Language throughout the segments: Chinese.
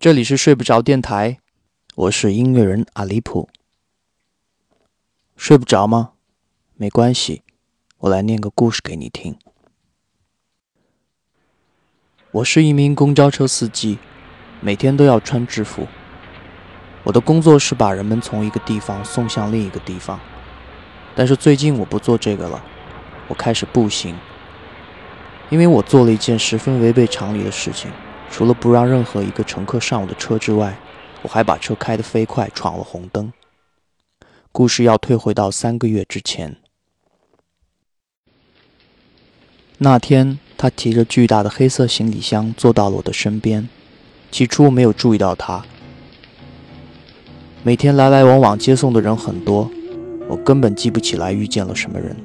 这里是睡不着电台，我是音乐人阿里普。睡不着吗？没关系，我来念个故事给你听。我是一名公交车司机，每天都要穿制服。我的工作是把人们从一个地方送向另一个地方，但是最近我不做这个了，我开始步行。因为我做了一件十分违背常理的事情，除了不让任何一个乘客上我的车之外，我还把车开得飞快，闯了红灯。故事要退回到3个月之前。那天，他提着巨大的黑色行李箱坐到了我的身边。起初我没有注意到他。每天来来往往接送的人很多，我根本记不起来遇见了什么人。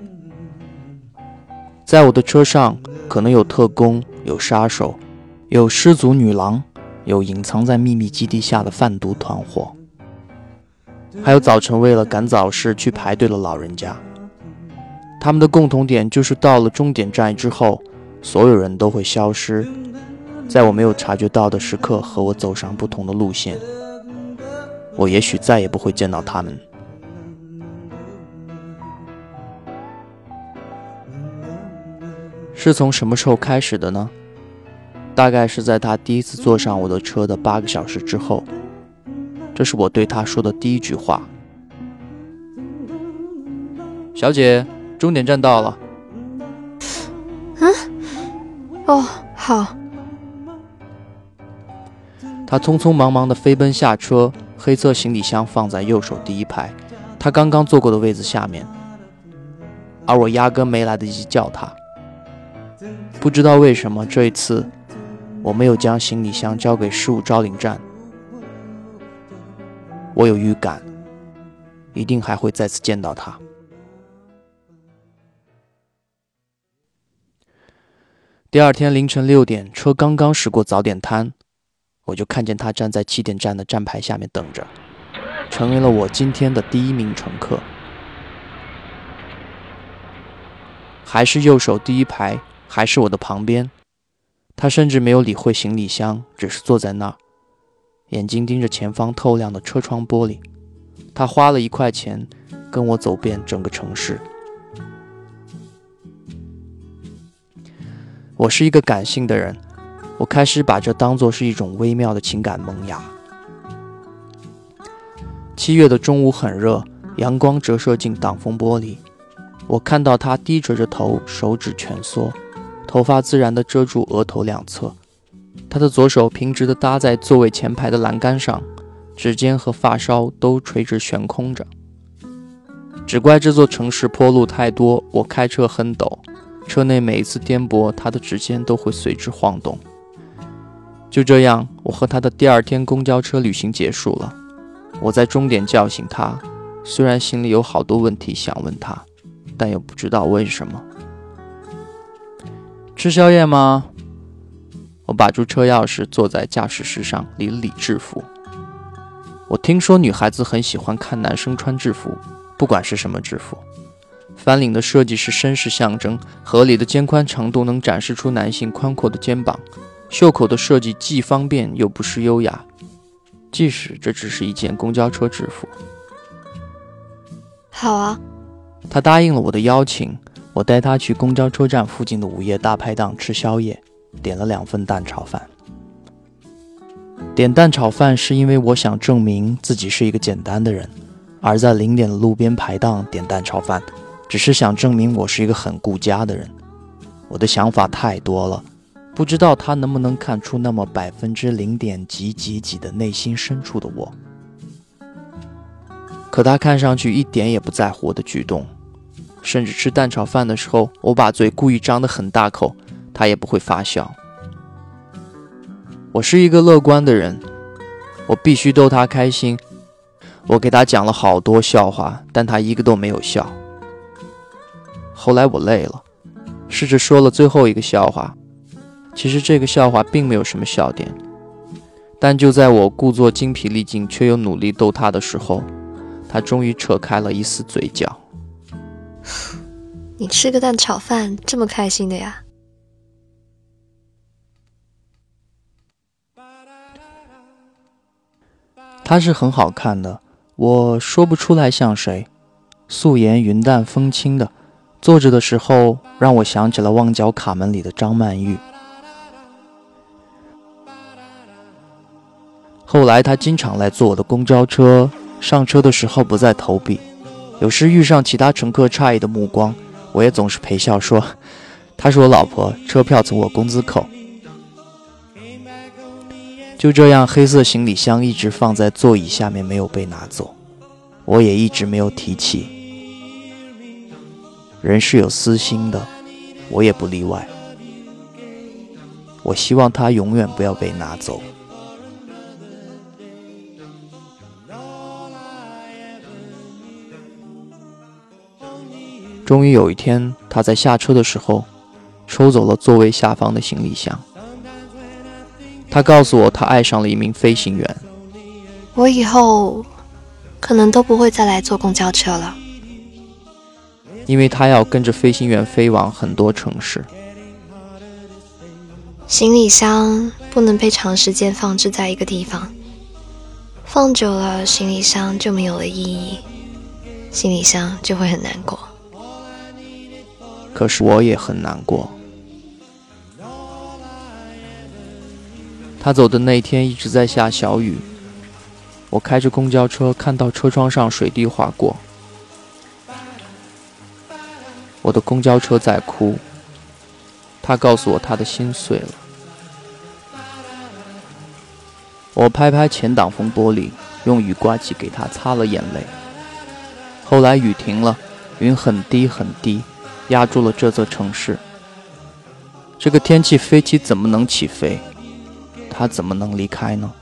在我的车上，可能有特工，有杀手，有失足女郎，有隐藏在秘密基地下的贩毒团伙，还有早晨为了赶早市去排队的老人家。他们的共同点就是到了终点站之后，所有人都会消失，在我没有察觉到的时刻和我走上不同的路线。我也许再也不会见到他们。是从什么时候开始的呢？大概是在他第一次坐上我的车的8个小时之后。这是我对他说的第一句话。小姐，终点站到了。 哦，好。 他匆匆忙忙地飞奔下车，黑色行李箱放在右手第一排，他刚刚坐过的位子下面，而我压根没来得及叫他。不知道为什么这一次我没有将行李箱交给事务招领站。我有预感，一定还会再次见到他。第二天凌晨6点，车刚刚驶过早点摊，我就看见他站在起点站的站牌下面等着，成为了我今天的第一名乘客。还是右手第一排，还是我的旁边。他甚至没有理会行李箱，只是坐在那儿，眼睛盯着前方透亮的车窗玻璃。他花了1块钱跟我走遍整个城市。我是一个感性的人，我开始把这当作是一种微妙的情感萌芽。7月的中午很热，阳光折射进挡风玻璃。我看到他低垂着头，手指蜷缩，头发自然地遮住额头两侧。他的左手平直地搭在座位前排的栏杆上，指尖和发梢都垂直悬空着。只怪这座城市坡路太多，我开车很陡，车内每一次颠簸，他的指尖都会随之晃动。就这样，我和他的第2天公交车旅行结束了。我在终点叫醒他，虽然心里有好多问题想问他，但又不知道为什么。吃宵夜吗？我把住车钥匙坐在驾驶室上，理了理制服。我听说女孩子很喜欢看男生穿制服，不管是什么制服。翻领的设计是绅士象征，合理的肩宽长度能展示出男性宽阔的肩膀，袖口的设计既方便又不失优雅，即使这只是一件公交车制服。 好啊。 他答应了我的邀请，我带他去公交车站附近的午夜大排档吃宵夜，点了2份蛋炒饭。点蛋炒饭是因为我想证明自己是一个简单的人，而在0点的路边排档点蛋炒饭，只是想证明我是一个很顾家的人。我的想法太多了，不知道他能不能看出那么0.几几几的内心深处的我。可他看上去一点也不在乎我的举动，甚至吃蛋炒饭的时候，我把嘴故意张得很大口，他也不会发笑。我是一个乐观的人，我必须逗他开心。我给他讲了好多笑话，但他一个都没有笑。后来我累了，试着说了最后一个笑话。其实这个笑话并没有什么笑点，但就在我故作精疲力尽却又努力逗他的时候，他终于扯开了一丝嘴角。 你吃个蛋炒饭这么开心的呀？ 她是很好看的，我说不出来像谁，素颜云淡风轻的，坐着的时候让我想起了《旺角卡门》里的张曼玉。后来她经常来坐我的公交车，上车的时候不再投币，有时遇上其他乘客诧异的目光，我也总是陪笑说，她是我老婆，车票从我工资扣。就这样，黑色行李箱一直放在座椅下面没有被拿走，我也一直没有提起。人是有私心的，我也不例外。我希望它永远不要被拿走。终于有一天，他在下车的时候抽走了座位下方的行李箱。他告诉我，他爱上了一名飞行员。 我以后可能都不会再来坐公交车了， 因为他要跟着飞行员飞往很多城市。 行李箱不能被长时间放置在一个地方，放久了行李箱就没有了意义，行李箱就会很难过。 可是我也很难过。他走的那天一直在下小雨，我开着公交车看到车窗上水滴划过，我的公交车在哭。他告诉我他的心碎了。我拍拍前挡风玻璃，用雨刮器给他擦了眼泪。后来雨停了，云很低很低，压住了这座城市。这个天气飞机怎么能起飞？他怎么能离开呢？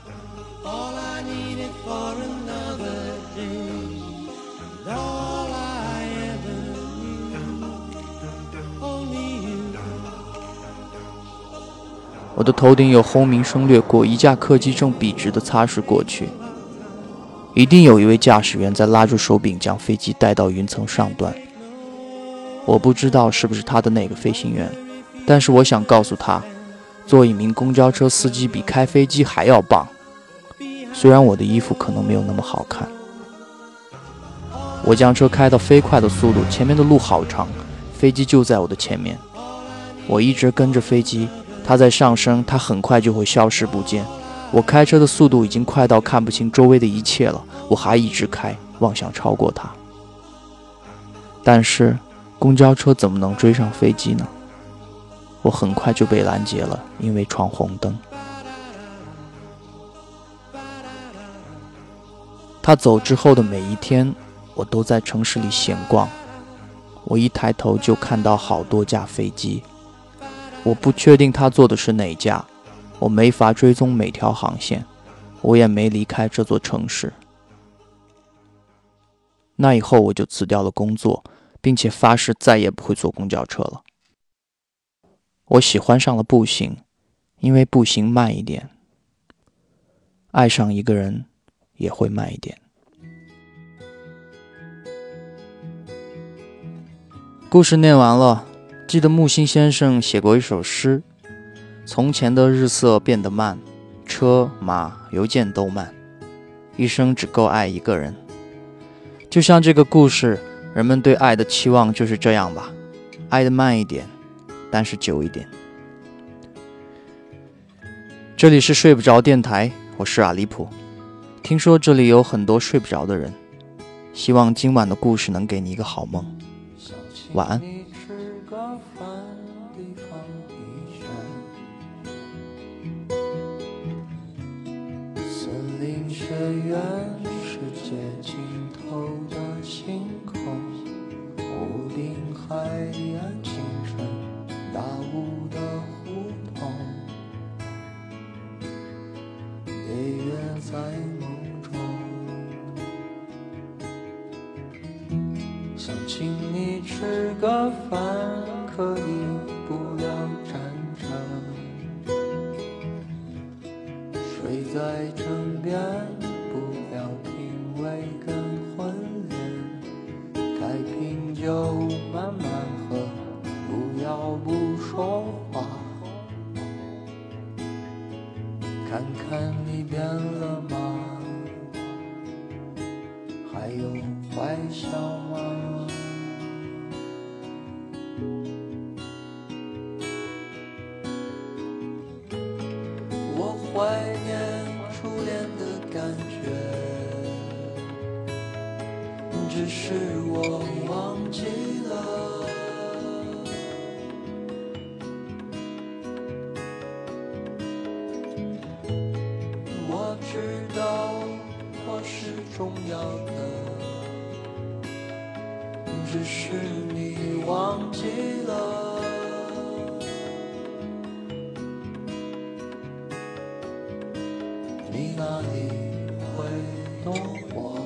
我的头顶有轰鸣声掠过，一架客机正笔直地擦拭过去。一定有一位驾驶员在拉住手柄，将飞机带到云层上端。我不知道是不是他的那个飞行员，但是我想告诉他，做一名公交车司机比开飞机还要棒。虽然我的衣服可能没有那么好看。我将车开到飞快的速度，前面的路好长，飞机就在我的前面。我一直跟着飞机，它在上升，它很快就会消失不见。我开车的速度已经快到看不清周围的一切了，我还一直开，妄想超过它。但是公交车怎么能追上飞机呢？我很快就被拦截了，因为闯红灯。他走之后的每一天，我都在城市里闲逛。我一抬头就看到好多架飞机，我不确定他坐的是哪架，我没法追踪每条航线，我也没离开这座城市。那以后我就辞掉了工作，并且发誓再也不会坐公交车了。我喜欢上了步行，因为步行慢一点。爱上一个人也会慢一点。故事念完了，记得木心先生写过一首诗：从前的日色变得慢，车马邮件都慢，一生只够爱一个人。就像这个故事，人们对爱的期望就是这样吧，爱得慢一点，但是久一点。这里是睡不着电台，我是阿离普。听说这里有很多睡不着的人，希望今晚的故事能给你一个好梦。晚安。森林学院，世界尽头的星空，屋顶海岸，清晨大雾的胡同，夜月在梦中，想请你吃个饭，可以不要站着，睡在枕边，不要品味跟婚恋，开瓶酒慢慢喝，不要不说话，看看你变了吗？ 只是我忘记了。我知道我是重要的，只是你忘记了。你哪里会懂我？